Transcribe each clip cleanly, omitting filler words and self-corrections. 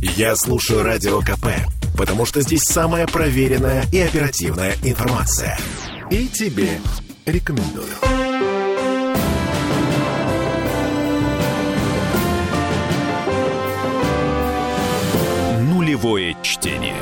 Я слушаю Радио КП, потому что здесь самая проверенная и оперативная информация. И тебе рекомендую. Нулевое чтение.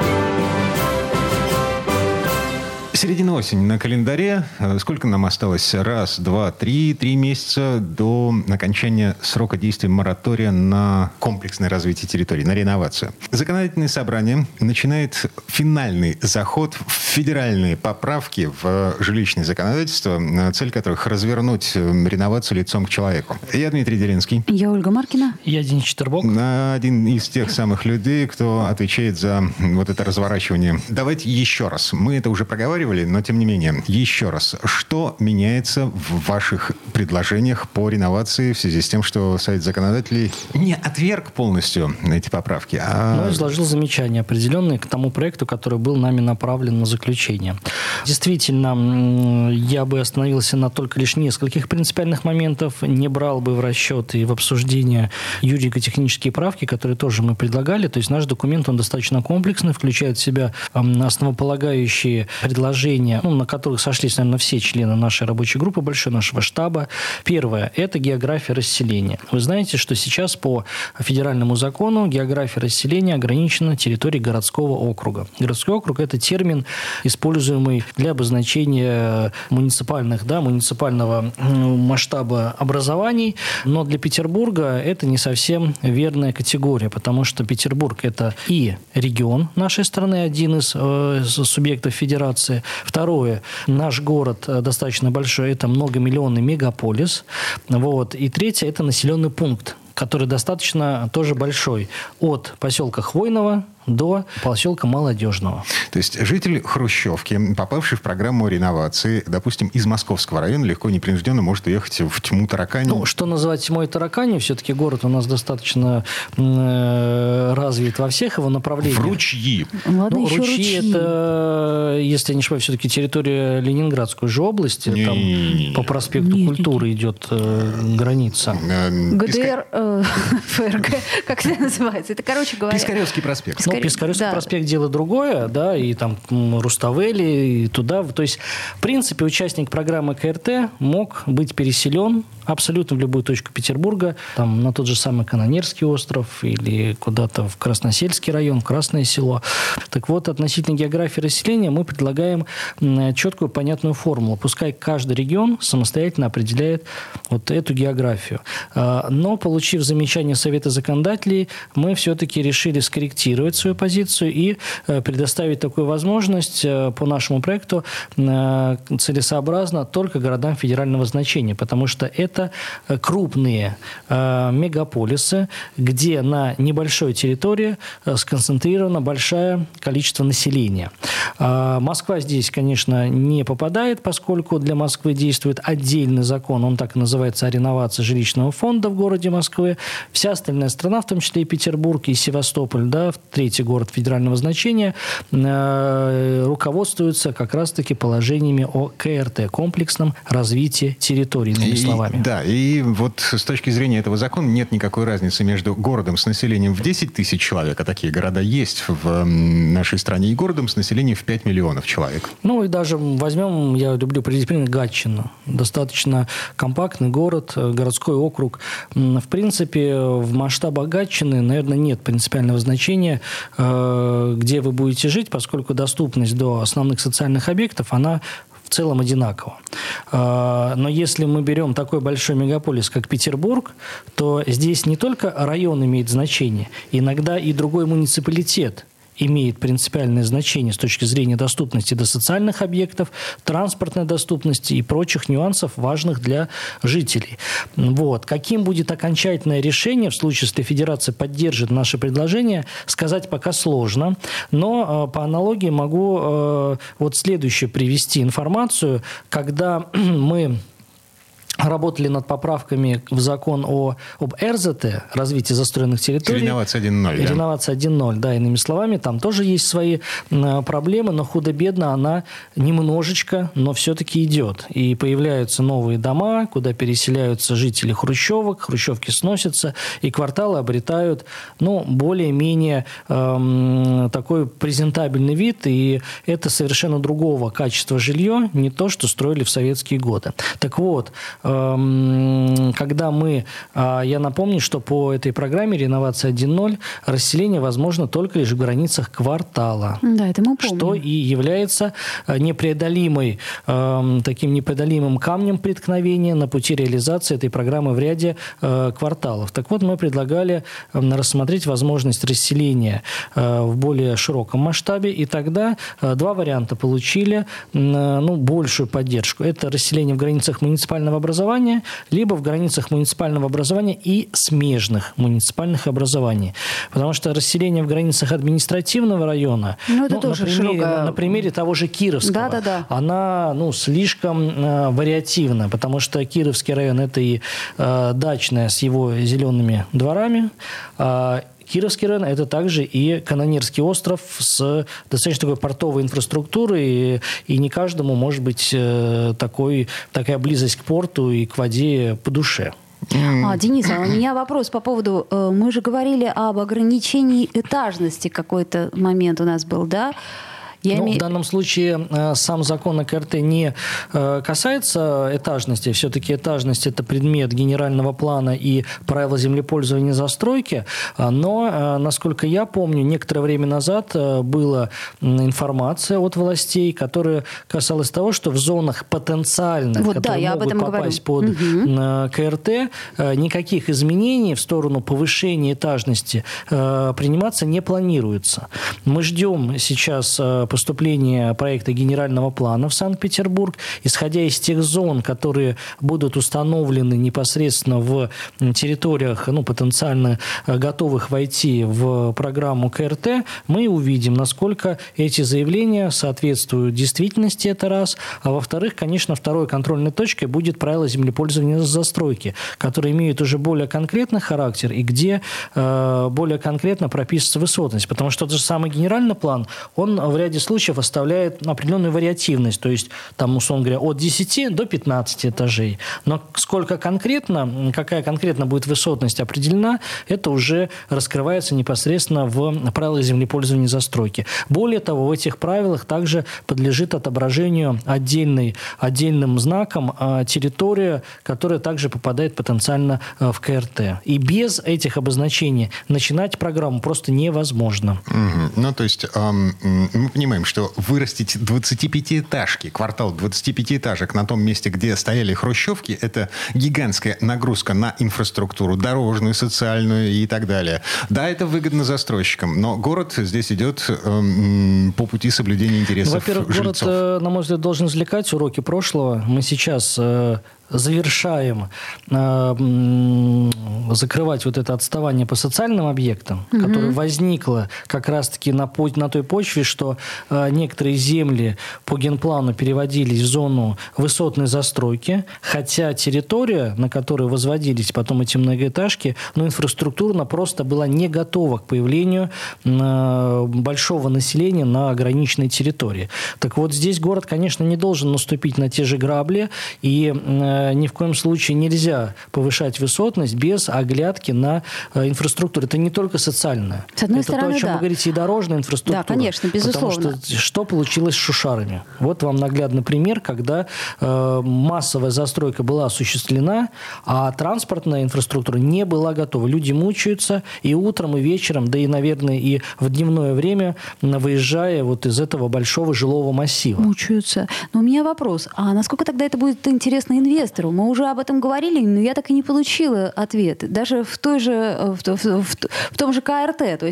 Середина осени на календаре. Сколько нам осталось? 1, 2, 3 месяца до окончания срока действия моратория на комплексное развитие территорий, на реновацию. Законодательное собрание начинает финальный заход в федеральные поправки в жилищное законодательство, цель которых развернуть реновацию лицом к человеку. Я Дмитрий Делинский. Я Ольга Маркина. Я Денис Четербок. Один из тех самых людей, кто отвечает за вот это разворачивание. Давайте еще раз. Мы это уже проговаривали, но тем не менее, еще раз. Что меняется в ваших предложениях по реновации в связи с тем, что Совет законодателей не отверг полностью эти поправки, но изложил замечания определенные к тому проекту, который был нами направлен на заключение. Действительно, я бы остановился на только лишь нескольких принципиальных моментов, не брал бы в расчет и в обсуждение юриdiко-технические правки, которые тоже мы предлагали. То есть наш документ, он достаточно комплексный, включает в себя основополагающие предложения, на которых сошлись, наверное, все члены нашей рабочей группы, большой нашего штаба. Первое – это география расселения. Вы знаете, что сейчас по федеральному закону география расселения ограничена территорией городского округа. Городской округ – это термин, используемый для обозначения муниципального масштаба образований, но для Петербурга это не совсем верная категория, потому что Петербург – это и регион нашей страны, один из субъектов федерации. Второе, наш город достаточно большой, это многомиллионный мегаполис. И третье, это населенный пункт, который достаточно тоже большой, от поселка Хвойного до поселка Молодежного. То есть житель Хрущевки, попавший в программу реновации, допустим, из Московского района, легко и непринужденно может уехать в тьму таракани. Что называть тьмой таракани? Все-таки город у нас достаточно развит во всех его направлениях. В ручьи. Ручьи – это, если я не ошибаюсь, все-таки территория Ленинградской же области. Там по проспекту Культуры идет граница. ГДР, ФРГ, как это называется? Это, короче говоря... Пискаревский проспект. Пискаревский проспект – дело другое, да, и там Руставели, и туда. То есть, в принципе, участник программы КРТ мог быть переселен абсолютно в любую точку Петербурга, там, на тот же самый Канонерский остров или куда-то в Красносельский район, в Красное село. Так вот, относительно географии расселения мы предлагаем четкую, понятную формулу. Пускай каждый регион самостоятельно определяет вот эту географию. Но, получив замечание Совета законодателей, мы все-таки решили скорректировать свою позицию и предоставить такую возможность по нашему проекту целесообразно только городам федерального значения, потому что это крупные мегаполисы, где на небольшой территории сконцентрировано большое количество населения. Москва здесь, конечно, не попадает, поскольку для Москвы действует отдельный закон, он так и называется, о реновации жилищного фонда в городе Москвы. Вся остальная страна, в том числе и Петербург, и Севастополь, да, третий город федерального значения, руководствуются как раз-таки положениями о КРТ, комплексном развитии территории, иными словами. Да, и вот с точки зрения этого закона нет никакой разницы между городом с населением в 10 тысяч человек, а такие города есть в нашей стране, и городом с населением в 5 миллионов человек. И даже возьмем, я люблю приводить пример, Гатчину. Достаточно компактный город, городской округ. В принципе, в масштабах Гатчины, наверное, нет принципиального значения, где вы будете жить, поскольку доступность до основных социальных объектов, она в целом одинаково. Но если мы берем такой большой мегаполис, как Петербург, то здесь не только район имеет значение, иногда и другой муниципалитет имеет принципиальное значение с точки зрения доступности до социальных объектов, транспортной доступности и прочих нюансов, важных для жителей. Каким будет окончательное решение в случае, если Федерация поддержит наше предложение, сказать пока сложно. Но по аналогии могу следующую привести информацию. Когда мы работали над поправками в закон об РЗТ, развитии застроенных территорий. Реновация 1.0. Реновация 1.0, да, иными словами, там тоже есть свои проблемы, но худо-бедно она немножечко, но все-таки идет. И появляются новые дома, куда переселяются жители хрущевок, хрущевки сносятся, и кварталы обретают, более-менее такой презентабельный вид, и это совершенно другого качества жилье, не то, что строили в советские годы. Так вот, когда я напомню, что по этой программе «Реновация 1.0» расселение возможно только лишь в границах квартала. Да, это мы помним. Что и является таким непреодолимым камнем преткновения на пути реализации этой программы в ряде кварталов. Так вот, мы предлагали рассмотреть возможность расселения в более широком масштабе, и тогда два варианта получили большую поддержку. Это расселение в границах муниципального образования, либо в границах муниципального образования и смежных муниципальных образований. Потому что расселение в границах административного района, на примере того же Кировского, она слишком вариативна, потому что Кировский район – это и дачная с его зелеными дворами, Кировский район – это также и Канонерский остров с достаточно такой портовой инфраструктурой, и не каждому может быть такая близость к порту и к воде по душе. Денис, у меня вопрос по поводу... Мы же говорили об ограничении этажности, какой-то момент у нас был, да? В данном случае сам закон о КРТ не касается этажности. Все-таки этажность – это предмет генерального плана и правила землепользования застройки. Но, насколько я помню, некоторое время назад была информация от властей, которая касалась того, что в зонах потенциальных, которые могут попасть под КРТ, никаких изменений в сторону повышения этажности приниматься не планируется. Мы ждем сейчас поступления проекта генерального плана в Санкт-Петербург, исходя из тех зон, которые будут установлены непосредственно в территориях, потенциально готовых войти в программу КРТ, мы увидим, насколько эти заявления соответствуют действительности, это раз. А во-вторых, конечно, второй контрольной точкой будет правило землепользования застройки, которые имеют уже более конкретный характер и где более конкретно прописывается высотность. Потому что тот же самый генеральный план, он в ряде случаев оставляет определенную вариативность, то есть, там, условно говоря, от 10 до 15 этажей. Но сколько конкретно, какая конкретно будет высотность определена, это уже раскрывается непосредственно в правилах землепользования застройки. Более того, в этих правилах также подлежит отображению отдельным знаком территория, которая также попадает потенциально в КРТ. И без этих обозначений начинать программу просто невозможно. То есть мы понимаем, что вырастить 25-этажки, квартал 25-этажек на том месте, где стояли хрущевки, это гигантская нагрузка на инфраструктуру, дорожную, социальную и так далее. Да, это выгодно застройщикам, но город здесь идет по пути соблюдения интересов жильцов. Во-первых, город, на мой взгляд, должен извлекать уроки прошлого. Мы сейчас завершаем закрывать вот это отставание по социальным объектам, которое возникло как раз-таки на той почве, что некоторые земли по генплану переводились в зону высотной застройки, хотя территория, на которой возводились потом эти многоэтажки, инфраструктурно просто была не готова к появлению большого населения на ограниченной территории. Так вот, здесь город, конечно, не должен наступить на те же грабли, и ни в коем случае нельзя повышать высотность без оглядки на инфраструктуру. Это не только социальная. С одной это стороны, то, о чем да. вы говорите, и дорожная инфраструктура. Да, конечно, безусловно. Потому что получилось с Шушарами? Вот вам наглядный пример, когда массовая застройка была осуществлена, а транспортная инфраструктура не была готова. Люди мучаются и утром, и вечером, да и, наверное, и в дневное время, выезжая вот из этого большого жилого массива. Мучаются. Но у меня вопрос. А насколько тогда это будет интересно инвестору? Мы уже об этом говорили, но я так и не получила ответ. Даже в том же КРТ. То есть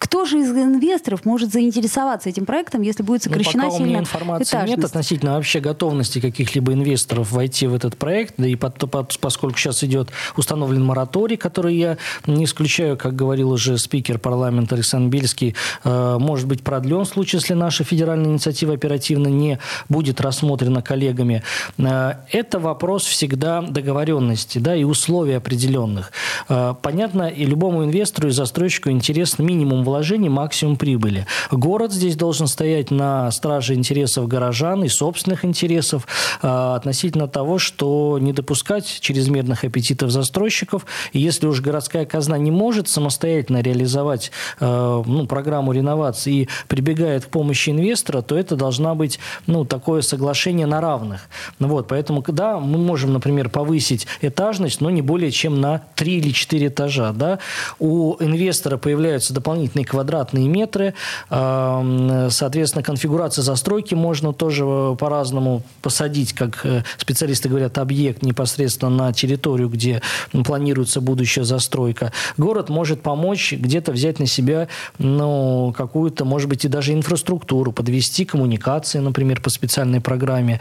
кто же из инвесторов может заинтересоваться этим проектом, если будет сокращена пока сильно у меня информации этажность? нет относительно вообще готовности каких-либо инвесторов войти в этот проект, да и поскольку сейчас идет установлен мораторий, который я не исключаю, как говорил уже спикер парламента Александр Бельский, может быть продлен в случае, если наша федеральная инициатива оперативно не будет рассмотрена коллегами. Это вопрос всегда договоренности, да, и условий определенных. Понятно, и любому инвестору и застройщику интересен минимум вложений, максимум прибыли. Город здесь должен стоять на страже интересов горожан и собственных интересов относительно того, что не допускать чрезмерных аппетитов застройщиков. И если уж городская казна не может самостоятельно реализовать программу реновации и прибегает к помощи инвестора, то это должна быть такое соглашение на равных. Вот, поэтому, да, мы можем, например, повысить этажность, но не более чем на 3 или 4 этажа. Да. У инвестора появляются дополнительные квадратные метры. Соответственно, конфигурация застройки можно тоже по-разному посадить, как специалисты говорят, объект непосредственно на территорию, где планируется будущая застройка. Город может помочь где-то взять на себя какую-то, может быть, и даже инфраструктуру, подвести коммуникации, например, по специальной программе,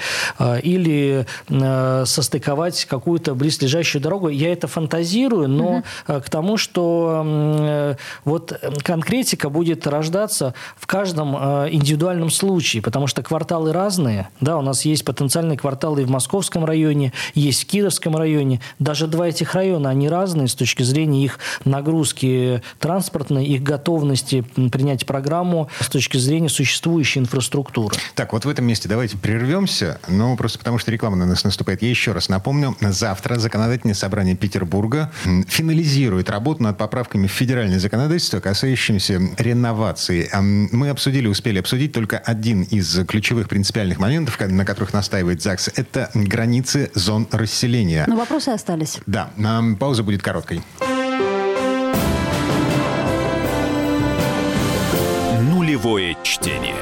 или состыковать какую-то близлежащую дорогу. Я это фантазирую, но к тому, что конкретика будет рождаться в каждом индивидуальном случае, потому что кварталы разные. Да, у нас есть потенциальные кварталы и в Московском районе, есть в Кировском районе. Даже два этих района, они разные с точки зрения их нагрузки транспортной, их готовности принять программу с точки зрения существующей инфраструктуры. Так, вот в этом месте давайте прервемся, просто потому что реклама на нас наступает. Я еще раз напомню, завтра Законодательное собрание Петербурга финализирует работу над поправками в федеральное законодательство, касающимся реновации. Мы успели обсудить только один из ключевых принципиальных моментов, на которых настаивает ЗАГС. Это границы зон расселения. Но вопросы остались. Да, пауза будет короткой. Нулевое чтение.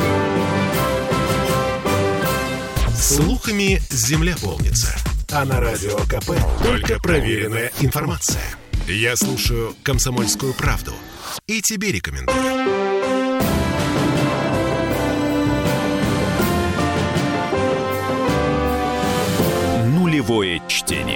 Слухами земля полнится. А на Радио КП только проверенная информация. Я слушаю «Комсомольскую правду» и тебе рекомендую. Нулевое чтение.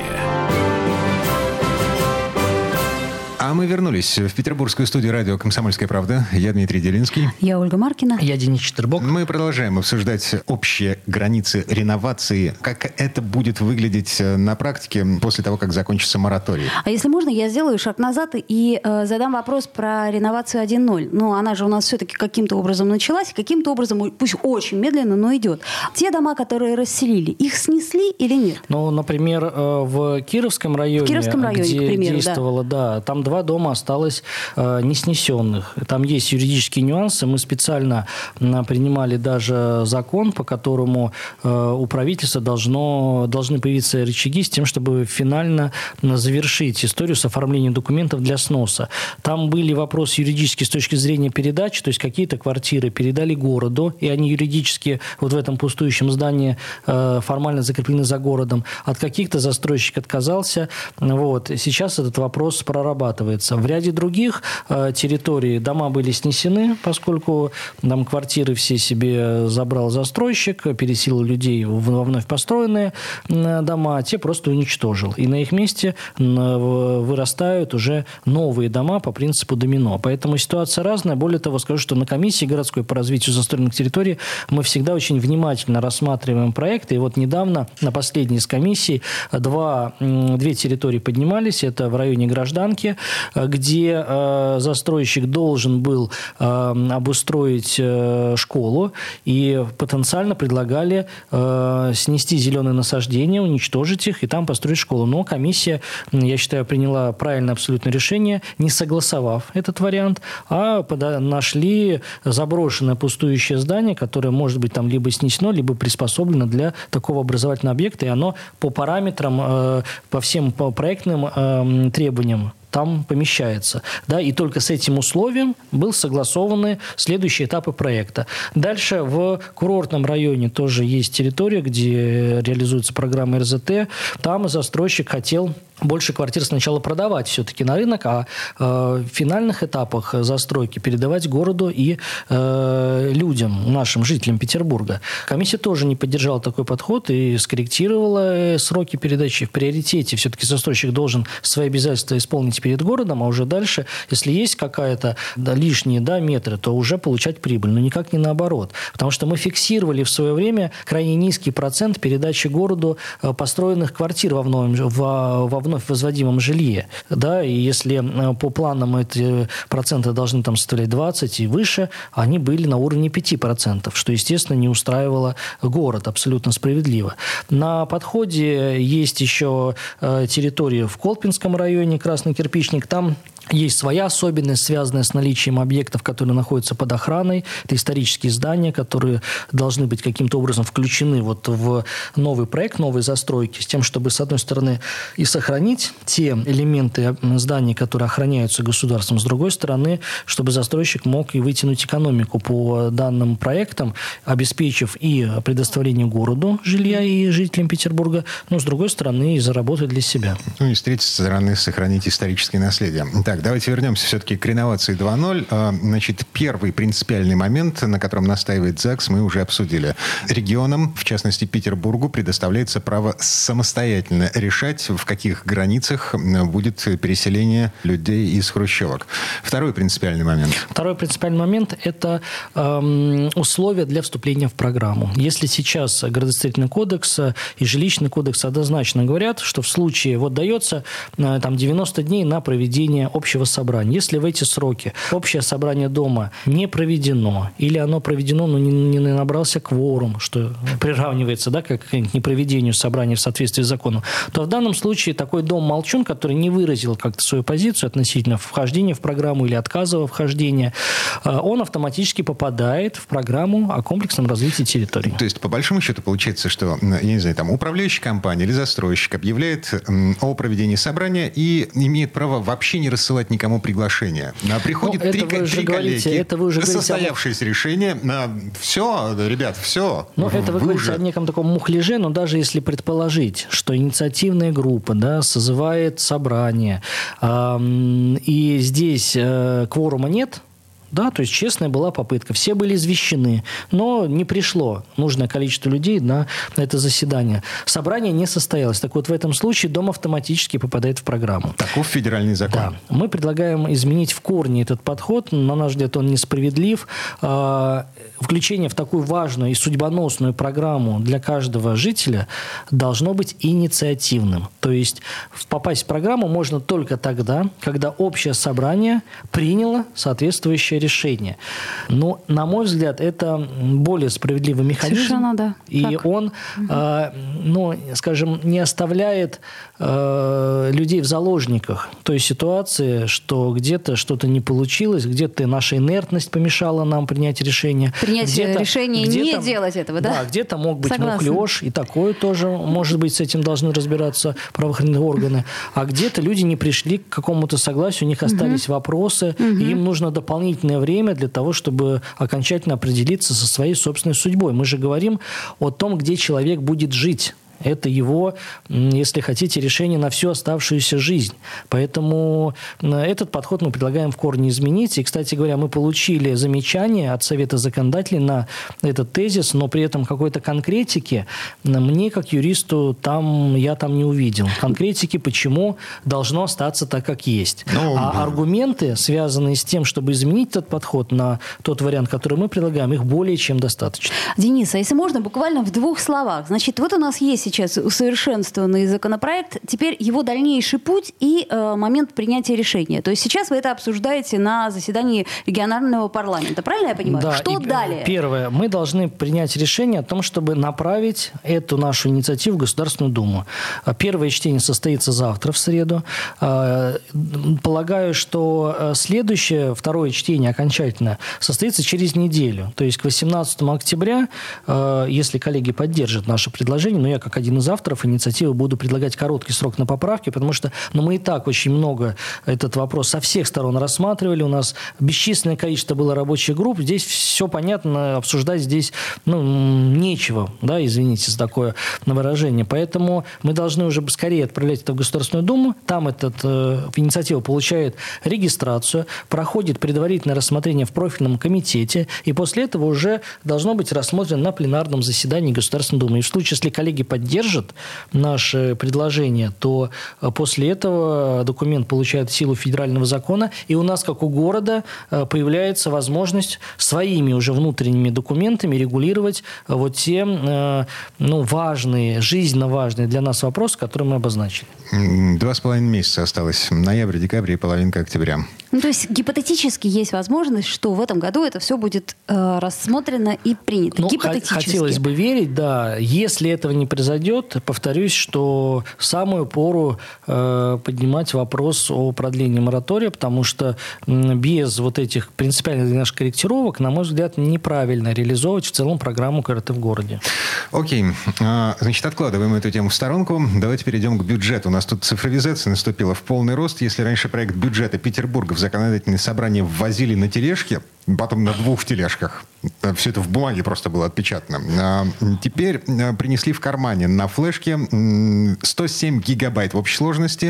А мы вернулись в петербургскую студию радио «Комсомольская правда». Я Дмитрий Делинский. Я Ольга Маркина. Я Денис Четербок. Мы продолжаем обсуждать общие границы реновации. Как это будет выглядеть на практике после того, как закончится мораторий? А если можно, я сделаю шаг назад и задам вопрос про реновацию 1.0. Она же у нас все-таки каким-то образом началась, каким-то образом, пусть очень медленно, но идет. Те дома, которые расселили, их снесли или нет? Например, в Кировском районе, где к примеру, действовало, да, там 2 дома осталось не снесенных. Там есть юридические нюансы. Мы специально принимали даже закон, по которому у правительства должны появиться рычаги с тем, чтобы финально завершить историю с оформлением документов для сноса. Там были вопросы юридические с точки зрения передачи, то есть какие-то квартиры передали городу, и они юридически в этом пустующем здании формально закреплены за городом. От каких-то застройщик отказался. Сейчас этот вопрос прорабатывается. В ряде других территорий дома были снесены, поскольку там квартиры все себе забрал застройщик, переселил людей во вновь построенные дома, те просто уничтожил. И на их месте вырастают уже новые дома по принципу домино. Поэтому ситуация разная. Более того, скажу, что на комиссии городской по развитию застроенных территорий мы всегда очень внимательно рассматриваем проекты. И недавно на последней из комиссий две территории поднимались. Это в районе Гражданки, где застройщик должен был обустроить школу, и потенциально предлагали снести зеленые насаждения, уничтожить их и там построить школу. Но комиссия, я считаю, приняла правильное абсолютно решение, не согласовав этот вариант, а нашли заброшенное пустующее здание, которое может быть там либо снесено, либо приспособлено для такого образовательного объекта, и оно по параметрам, по всем проектным требованиям там помещается. Да, и только с этим условием был согласованы следующие этапы проекта. Дальше в курортном районе тоже есть территория, где реализуется программа РЗТ. Там застройщик хотел больше квартир сначала продавать все-таки на рынок, а в финальных этапах застройки передавать городу и людям, нашим жителям Петербурга. Комиссия тоже не поддержала такой подход и скорректировала сроки передачи. В приоритете все-таки застройщик должен свои обязательства исполнить перед городом, а уже дальше, если есть какая-то лишние метры, то уже получать прибыль. Но никак не наоборот. Потому что мы фиксировали в свое время крайне низкий процент передачи городу построенных квартир во вновь возводимом жилье. Да, и если по планам эти проценты должны там составлять 20 и выше, они были на уровне 5%, что, естественно, не устраивало город абсолютно справедливо. На подходе есть еще территория в Колпинском районе, Красный Кирпичник. Там есть своя особенность, связанная с наличием объектов, которые находятся под охраной. Это исторические здания, которые должны быть каким-то образом включены вот в новый проект, новые застройки, с тем, чтобы, с одной стороны, и сохранить те элементы зданий, которые охраняются государством, с другой стороны, чтобы застройщик мог и вытянуть экономику по данным проектам, обеспечив и предоставление городу жилья и жителям Петербурга, но, с другой стороны, и заработать для себя. Ну и с третьей стороны, сохранить историческое наследие. Так, давайте вернемся все-таки к реновации 2.0. Значит, первый принципиальный момент, на котором настаивает ЗАГС, мы уже обсудили. Регионам, в частности Петербургу, предоставляется право самостоятельно решать, в каких границах будет переселение людей из хрущевок. Второй принципиальный момент. Второй принципиальный момент – это условия для вступления в программу. Если сейчас Градостроительный кодекс и Жилищный кодекс однозначно говорят, что в случае, вот дается там 90 дней на проведение общего собрания. Если в эти сроки общее собрание дома не проведено, или оно проведено, но не набрался кворум, что приравнивается, да, как к непроведению собрания в соответствии с законом, то в данном случае такой дом-молчун, который не выразил как-то свою позицию относительно вхождения в программу или отказа во вхождении, он автоматически попадает в программу о комплексном развитии территории. То есть, по большому счету, получается, что, я не знаю, там управляющая компания или застройщик объявляет о проведении собрания и имеет право вообще не рассылать никому приглашение. Приходит три коллеги, состоявшееся решение. Все, ребят, все. Но это вы говорите о неком таком мухляже, но даже если предположить, что инициативная группа, да, созывает собрание, и здесь кворума нет, да, то есть честная была попытка. Все были извещены, но не пришло нужное количество людей на это заседание. Собрание не состоялось. Так вот, в этом случае дом автоматически попадает в программу. Таков федеральный закон. Да. Мы предлагаем изменить в корне этот подход. На наш взгляд, он несправедлив. Включение в такую важную и судьбоносную программу для каждого жителя должно быть инициативным. То есть попасть в программу можно только тогда, когда общее собрание приняло соответствующее решение. Но, на мой взгляд, это более справедливый механизм. Совершенно, да. И так. Он, скажем, не оставляет людей в заложниках той ситуации, что где-то что-то не получилось, где-то наша инертность помешала нам принять решение. Принять решение не делать этого, да? Да, где-то мог быть мухлёж, и такое тоже, может быть, с этим должны разбираться правоохранительные органы. А где-то люди не пришли к какому-то согласию, у них остались вопросы, и им нужно дополнительное время для того, чтобы окончательно определиться со своей собственной судьбой. Мы же говорим о том, где человек будет жить. Это его, если хотите, решение на всю оставшуюся жизнь. Поэтому этот подход мы предлагаем в корне изменить. И, кстати говоря, мы получили замечание от Совета законодателей на этот тезис, но при этом какой-то конкретики мне, как юристу, я там не увидел. Конкретики, почему должно остаться так, как есть. А аргументы, связанные с тем, чтобы изменить этот подход на тот вариант, который мы предлагаем, их более чем достаточно. Денис, а если можно, буквально в двух словах. Значит, вот у нас есть сейчас усовершенствованный законопроект, теперь его дальнейший путь и момент принятия решения. То есть сейчас вы это обсуждаете на заседании регионального парламента. Правильно я понимаю? Да, что далее? Первое. Мы должны принять решение о том, чтобы направить эту нашу инициативу в Государственную Думу. Первое чтение состоится завтра, в среду. Полагаю, что следующее, второе чтение окончательно, состоится через неделю. То есть к 18 октября, если коллеги поддержат наше предложение, но я как как один из авторов инициативы, буду предлагать короткий срок на поправки, потому что мы и так очень много этот вопрос со всех сторон рассматривали. У нас бесчисленное количество было рабочих групп. Здесь все понятно, обсуждать здесь нечего, да, извините за такое выражение. Поэтому мы должны уже скорее отправлять это в Государственную Думу. Там эта инициатива получает регистрацию, проходит предварительное рассмотрение в профильном комитете, и после этого уже должно быть рассмотрено на пленарном заседании Государственной Думы. И в случае, если коллеги поддержат наше предложение, то после этого документ получает силу федерального закона, и у нас, как у города, появляется возможность своими уже внутренними документами регулировать вот те важные, жизненно важные для нас вопросы, которые мы обозначили. 2,5 месяца осталось. Ноябрь, декабрь и половинка октября. То есть гипотетически есть возможность, что в этом году это все будет рассмотрено и принято. Гипотетически. Хотелось бы верить, да. Если этого не произойдет, повторюсь, что в самую пору поднимать вопрос о продлении моратория, потому что без вот этих принципиальных для нас корректировок, на мой взгляд, неправильно реализовывать в целом программу КРТ в городе. Окей. Значит, откладываем эту тему в сторонку. Давайте перейдем к бюджету. У нас тут цифровизация наступила в полный рост. Если раньше проект бюджета Петербурга в законодательное собрание ввозили на тележке, потом на 2 тележках, все это в бумаге просто было отпечатано, теперь принесли в кармане на флешке 107 гигабайт в общей сложности.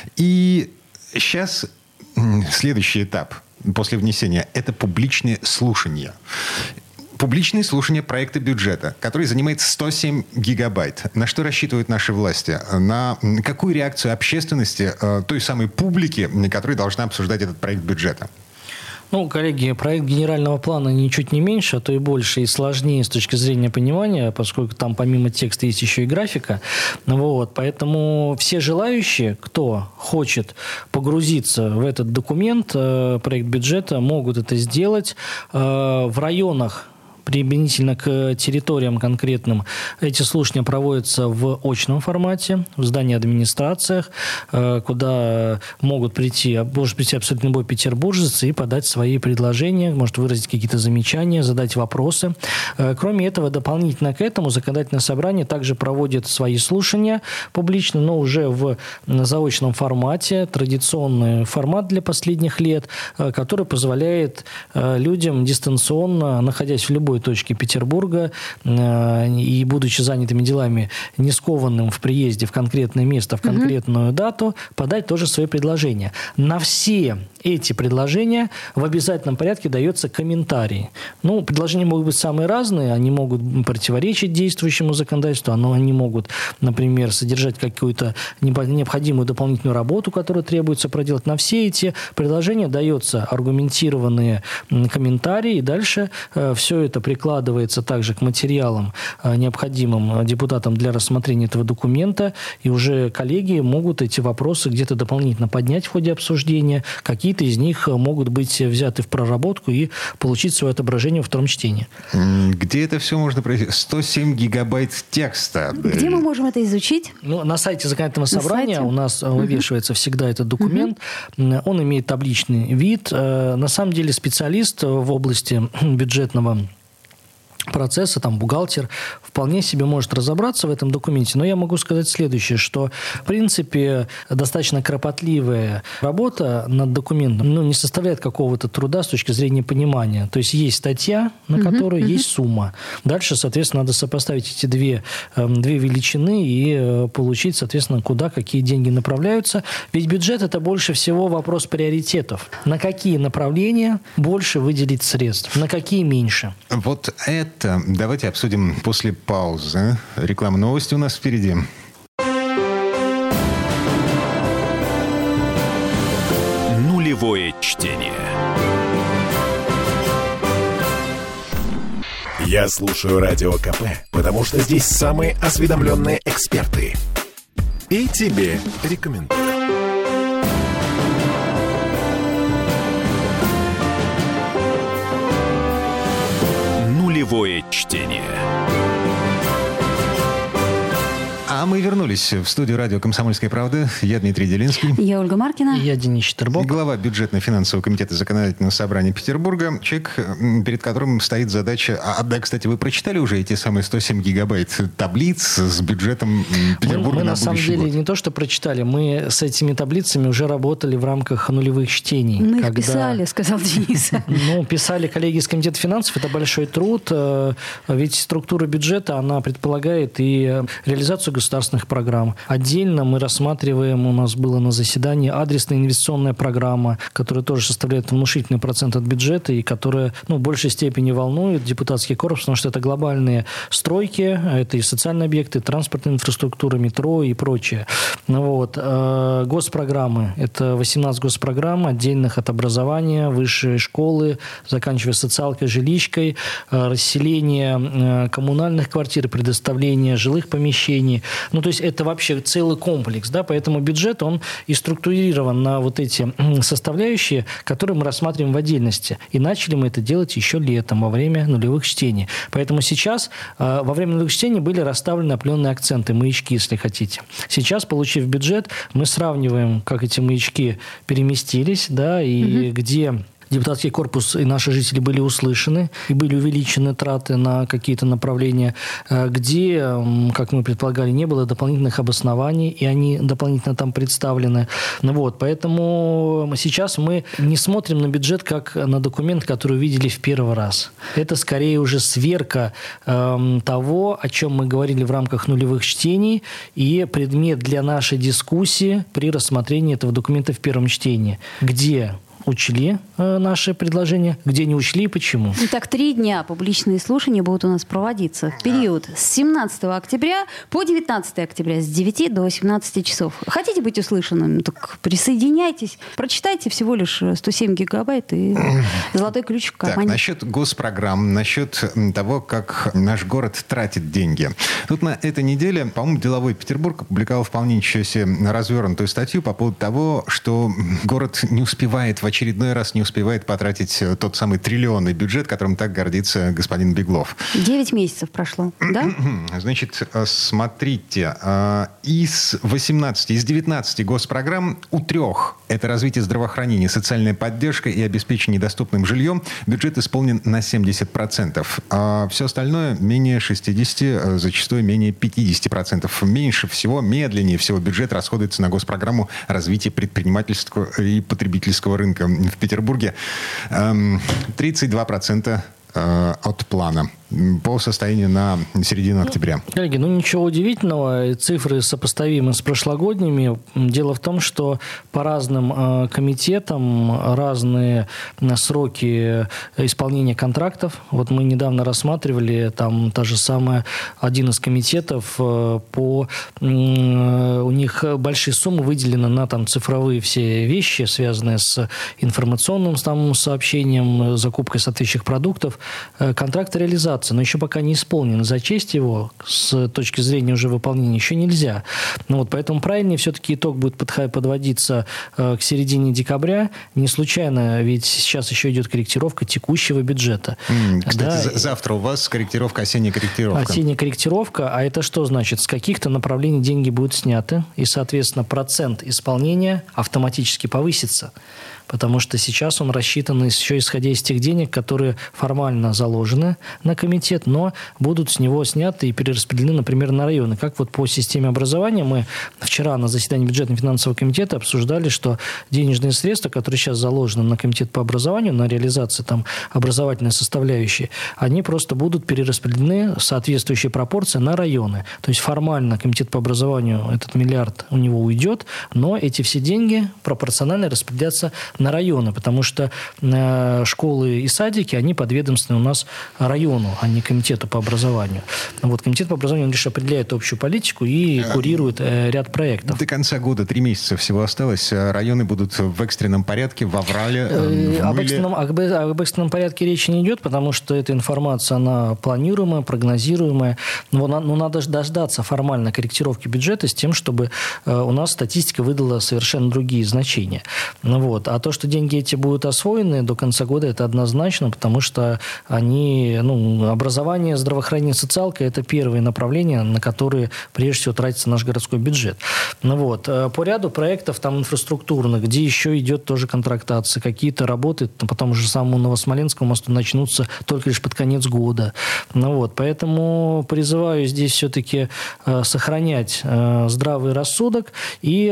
И сейчас следующий этап после внесения – это публичные слушания. Публичные слушания проекта бюджета, который занимает 107 гигабайт. На что рассчитывают наши власти? На какую реакцию общественности, той самой публики, которая должна обсуждать этот проект бюджета? Коллеги, проект генерального плана ничуть не меньше, а то и больше, и сложнее с точки зрения понимания, поскольку там помимо текста есть еще и графика. Поэтому все желающие, кто хочет погрузиться в этот документ, проект бюджета, могут это сделать в районах, применительно к территориям конкретным. Эти слушания проводятся в очном формате, в здании администрациях, куда может прийти абсолютно любой петербуржец и подать свои предложения, может выразить какие-то замечания, задать вопросы. Кроме этого, дополнительно к этому законодательное собрание также проводит свои слушания публично, но уже в заочном формате, традиционный формат для последних лет, который позволяет людям дистанционно, находясь в любой точке Петербурга и будучи занятыми делами, не скованным в приезде в конкретное место, в конкретную дату, подать тоже свои предложения. На все эти предложения в обязательном порядке дается комментарий. Предложения могут быть самые разные, они могут противоречить действующему законодательству, они могут, например, содержать какую-то необходимую дополнительную работу, которую требуется проделать. На все эти предложения дается аргументированные комментарии, и дальше все это прикладывается также к материалам, необходимым депутатам для рассмотрения этого документа, и уже коллеги могут эти вопросы где-то дополнительно поднять в ходе обсуждения. Какие-то из них могут быть взяты в проработку и получить свое отображение во втором чтении. Где это все можно пройти? 107 гигабайт текста. Где мы можем это изучить? На сайте законодательного собрания у нас вывешивается всегда этот документ. Он имеет табличный вид. На самом деле специалист в области бюджетного процесса, бухгалтер, вполне себе может разобраться в этом документе. Но я могу сказать следующее, что, в принципе, достаточно кропотливая работа над документом не составляет какого-то труда с точки зрения понимания. То есть есть статья, на которой есть сумма. Дальше, соответственно, надо сопоставить эти две величины и получить, соответственно, куда какие деньги направляются. Ведь бюджет – это больше всего вопрос приоритетов. На какие направления больше выделить средств, на какие меньше. Вот это давайте обсудим после паузы. Реклама, новости у нас впереди. Нулевое чтение. Я слушаю Радио КП, потому что здесь самые осведомленные эксперты. И тебе рекомендую. Нулевое чтение. А мы вернулись в студию радио «Комсомольская правда». Я Дмитрий Делинский. Я Ольга Маркина. Я Денис Четербок. Глава бюджетно-финансового комитета Законодательного собрания Петербурга. Человек, перед которым стоит задача... Да, кстати, вы прочитали уже эти самые 107 гигабайт таблиц с бюджетом Петербурга мы на самом деле год? Не то, что прочитали, мы с этими таблицами уже работали в рамках нулевых чтений. Мы их писали, сказал Денис. Писали коллеги из комитета финансов. Это большой труд. Ведь структура бюджета, она предполагает и реализацию государственных программ. Отдельно мы рассматриваем, у нас было на заседании адресная инвестиционная программа, которая тоже составляет внушительный процент от бюджета и которая в большей степени волнует депутатский корпус, потому что это глобальные стройки, это и социальные объекты, транспортная инфраструктура, метро и прочее. Госпрограммы. Это 18 госпрограмм, отдельных от образования, высшей школы, заканчивая социалкой, жилищкой, расселение коммунальных квартир, предоставление жилых помещений. То есть это вообще целый комплекс, да, поэтому бюджет, он и структурирован на вот эти составляющие, которые мы рассматриваем в отдельности. И начали мы это делать еще летом, во время нулевых чтений. Поэтому сейчас, во время нулевых чтений были расставлены определенные акценты, маячки, если хотите. Сейчас, получив бюджет, мы сравниваем, как эти маячки переместились, да, и где... Депутатский корпус и наши жители были услышаны, и были увеличены траты на какие-то направления, где, как мы предполагали, не было дополнительных обоснований, и они дополнительно там представлены. Поэтому сейчас мы не смотрим на бюджет как на документ, который увидели в первый раз. Это скорее уже сверка того, о чем мы говорили в рамках нулевых чтений, и предмет для нашей дискуссии при рассмотрении этого документа в первом чтении. Где учли наши предложения, где не учли и почему. Итак, 3 дня публичные слушания будут у нас проводиться в период с 17 октября по 19 октября с 9 до 18 часов. Хотите быть услышанным? Так присоединяйтесь. Прочитайте всего лишь 107 гигабайт и золотой ключ в кармане. Так, насчет госпрограмм, насчет того, как наш город тратит деньги. Тут на этой неделе, по-моему, «Деловой Петербург» опубликовал вполне ничего себе развернутую статью по поводу того, что город не успевает в очередной раз потратить тот самый триллионный бюджет, которым так гордится господин Беглов. 9 месяцев прошло, да? Значит, смотрите, из 19 госпрограмм у 3 это развитие здравоохранения, социальная поддержка и обеспечение доступным жильем, бюджет исполнен на 70%. А все остальное менее 60%, зачастую менее 50%. Меньше всего, медленнее всего бюджет расходуется на госпрограмму развития предпринимательского и потребительского рынка в Петербурге. 32% от плана по состоянию на середину октября. Коллеги, ничего удивительного. Цифры сопоставимы с прошлогодними. Дело в том, что по разным комитетам разные сроки исполнения контрактов. Мы недавно рассматривали, там та же самая, один из комитетов, у них большие суммы выделены на цифровые все вещи, связанные с информационным сообщением, закупкой соответствующих продуктов. Контракты реализации, но еще пока не исполнен. Зачесть его с точки зрения уже выполнения еще нельзя. Поэтому правильнее все-таки итог будет подводиться к середине декабря. Не случайно, ведь сейчас еще идет корректировка текущего бюджета. Кстати, завтра у вас корректировка, осенняя корректировка. Осенняя корректировка. А это что значит? С каких-то направлений деньги будут сняты, и, соответственно, процент исполнения автоматически повысится. Потому что сейчас он рассчитан еще исходя из тех денег, которые формально заложены на комитет, но будут с него сняты и перераспределены, например, на районы. Как по системе образования мы вчера на заседании бюджетно-финансового комитета обсуждали, что денежные средства, которые сейчас заложены на комитет по образованию, на реализацию образовательной составляющей, они просто будут перераспределены в соответствующей пропорции на районы. То есть формально комитет по образованию, этот миллиард у него уйдет, но эти все деньги пропорционально распределятся на районы, потому что школы и садики, они подведомственны у нас району, а не комитету по образованию. Комитет по образованию, он лишь определяет общую политику и курирует ряд проектов. До конца года 3 месяца всего осталось. Районы будут в экстренном порядке, в аврале, об экстренном порядке речи не идет, потому что эта информация, она планируемая, прогнозируемая. Но надо дождаться формально корректировки бюджета с тем, чтобы у нас статистика выдала совершенно другие значения. А То, что деньги эти будут освоены до конца года, это однозначно, потому что они, образование, здравоохранение, социалка – это первые направления, на которые, прежде всего, тратится наш городской бюджет. По ряду проектов там инфраструктурных, где еще идет тоже контрактация, какие-то работы по тому же самому Новосмоленскому мосту начнутся только лишь под конец года. Поэтому призываю здесь все-таки сохранять здравый рассудок и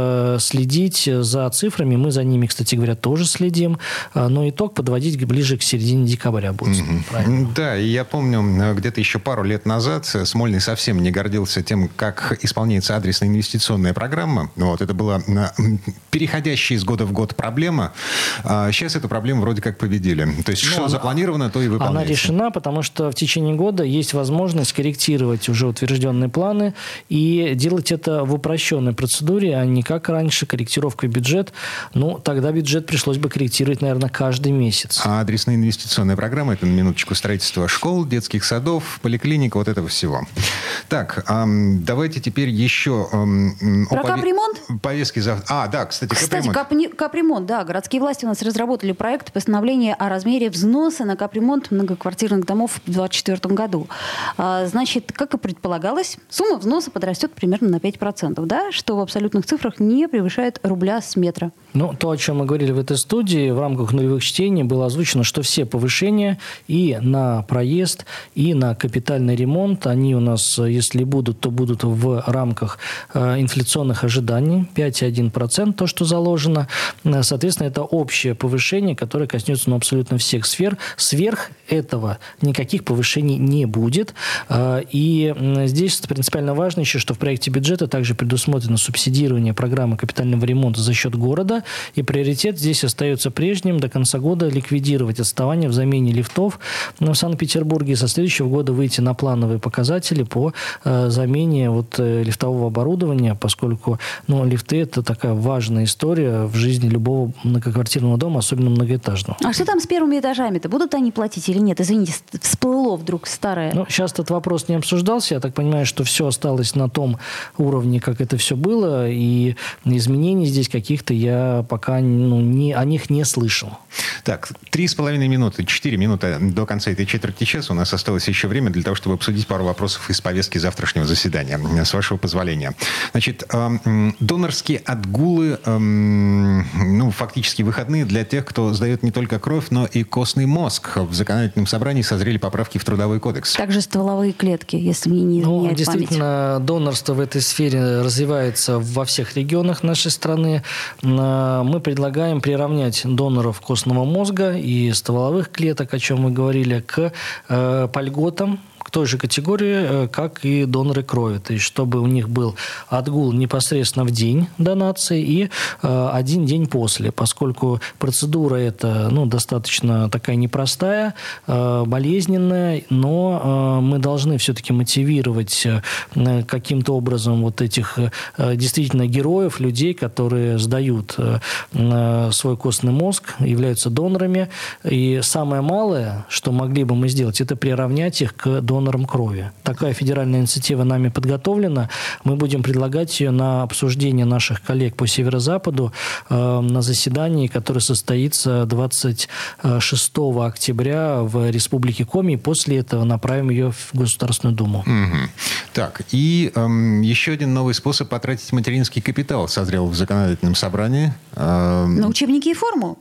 следить за цифрами. Мы за ними, кстати говоря, тоже следим. Но итог подводить ближе к середине декабря будет. Да, и я помню, где-то еще пару лет назад Смольный совсем не гордился тем, как исполняется адресная инвестиционная программа. Это была переходящая из года в год проблема. Сейчас эту проблему вроде как победили. То есть, что запланировано, то и выполняется. Она решена, потому что в течение года есть возможность корректировать уже утвержденные планы и делать это в упрощенной процедуре, а не как раньше, корректировкой бюджет. Тогда бюджет пришлось бы корректировать, наверное, каждый месяц. А адресная инвестиционная программа – это, на минуточку, строительство школ, детских садов, поликлиник, вот этого всего. Так, давайте теперь еще... Про капремонт? Повестки за... кстати, капремонт, да. Городские власти у нас разработали проект постановления о размере взноса на капремонт многоквартирных домов в 2024 году. Значит, как и предполагалось, сумма взноса подрастет примерно на 5%, да, что в абсолютных цифрах не превышает рубля с метра. То, о чем мы говорили в этой студии, в рамках нулевых чтений было озвучено, что все повышения и на проезд, и на капитальный ремонт, они у нас, если будут, то будут в рамках инфляционных ожиданий, 5,1%, то, что заложено. Соответственно, это общее повышение, которое коснется абсолютно всех сфер. Сверх этого никаких повышений не будет. И здесь принципиально важно еще, что в проекте бюджета также предусмотрено субсидирование программы капитального ремонта за счет города. И приоритет здесь остается прежним. До конца года ликвидировать отставание в замене лифтов в Санкт-Петербурге. И со следующего года выйти на плановые показатели по замене лифтового оборудования, поскольку лифты – это такая важная история в жизни любого многоквартирного дома, особенно многоэтажного. А что там с первыми этажами-то? Будут они платить или нет? Извините, всплыло вдруг старое. Сейчас этот вопрос не обсуждался. Я так понимаю, что все осталось на том уровне, как это все было, и изменений здесь каких-то я пока о них не слышал. Так, 3,5 минуты, 4 минуты до конца этой четверти часа. У нас осталось еще время для того, чтобы обсудить пару вопросов из повестки завтрашнего заседания. С вашего позволения. Значит, донорские отгулы, фактически выходные для тех, кто сдает не только кровь, но и костный мозг. В законодательном собрании созрели поправки в Трудовой кодекс. Также стволовые клетки, если мне не изменяет память. Действительно, донорство в этой сфере развивается во всех регионах нашей страны. Мы предлагаем приравнять доноров костного мозга и стволовых клеток, о чем мы говорили, к льготам, к той же категории, как и доноры крови. То есть, чтобы у них был отгул непосредственно в день донации и один день после, поскольку процедура эта достаточно такая непростая, болезненная, но мы должны все-таки мотивировать каким-то образом этих действительно героев, людей, которые сдают свой костный мозг, являются донорами. И самое малое, что могли бы мы сделать, это приравнять их к донорам крови. Такая федеральная инициатива нами подготовлена. Мы будем предлагать ее на обсуждение наших коллег по Северо-Западу на заседании, которое состоится 26 октября в Республике Коми. И после этого направим ее в Государственную Думу. Так, и еще один новый способ потратить материнский капитал созрел в законодательном собрании. На учебники и форму?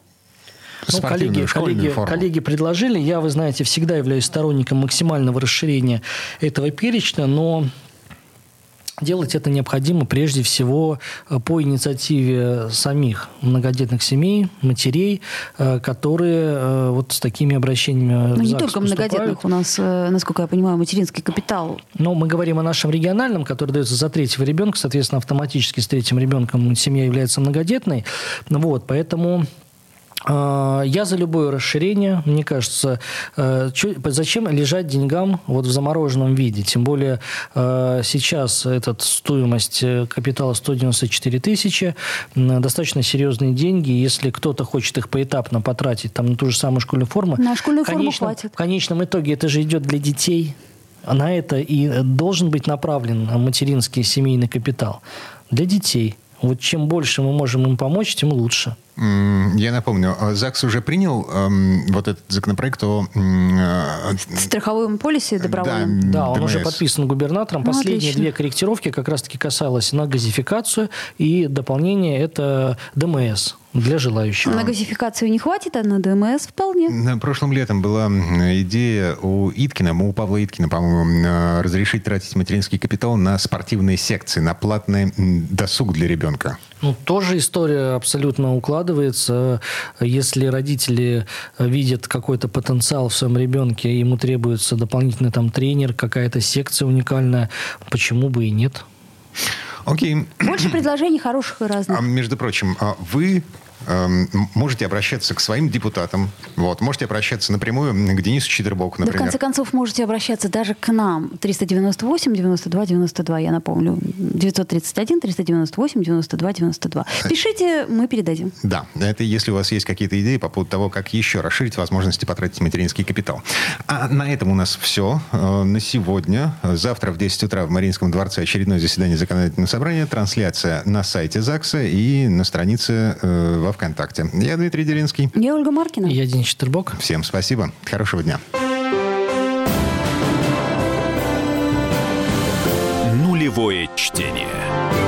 Коллеги предложили. Я, вы знаете, всегда являюсь сторонником максимального расширения этого перечня, но делать это необходимо прежде всего по инициативе самих многодетных семей, матерей, которые с такими обращениями в ЗАГС не только многодетных. У нас, насколько я понимаю, материнский капитал. Но мы говорим о нашем региональном, который дается за третьего ребенка. Соответственно, автоматически с третьим ребенком семья является многодетной. Поэтому... Я за любое расширение. Мне кажется, зачем лежать деньгам в замороженном виде? Тем более сейчас стоимость капитала 194 тысячи. Достаточно серьезные деньги. Если кто-то хочет их поэтапно потратить на ту же самую школьную форму, на школьную форму хватит. В конечном итоге это же идет для детей. На это и должен быть направлен материнский семейный капитал. Для детей. Чем больше мы можем им помочь, тем лучше. Я напомню, ЗАГС уже принял вот этот законопроект о... страховом полисе добровольном. Да, он ДМС. уже подписан губернатором. Последние отлично. 2 корректировки как раз-таки касалось на газификацию, и дополнение – это ДМС для желающих. На газификацию не хватит, а на ДМС вполне. Прошлым летом была идея у Павла Иткина, по-моему, разрешить тратить материнский капитал на спортивные секции, на платный досуг для ребенка. Тоже история абсолютно укладывается. Если родители видят какой-то потенциал в своем ребенке, ему требуется дополнительный тренер, какая-то секция уникальная, почему бы и нет? Окей. Больше предложений хороших и разных. Между прочим, вы можете обращаться к своим депутатам, можете обращаться напрямую к Денису Читербоку, Да, в например. конце концов, можете обращаться даже к нам. 398-92-92, я напомню. 931-398-92-92. Пишите, мы передадим. Да, это если у вас есть какие-то идеи по поводу того, как еще расширить возможности потратить материнский капитал. А на этом у нас все на сегодня. Завтра в 10 утра в Мариинском дворце очередное заседание законодательного собрания, трансляция на сайте ЗАГСа и на странице во ВКонтакте. Я Дмитрий Делинский. Я Ольга Маркина. Я Денис Читербок. Всем спасибо. Хорошего дня. Нулевое чтение.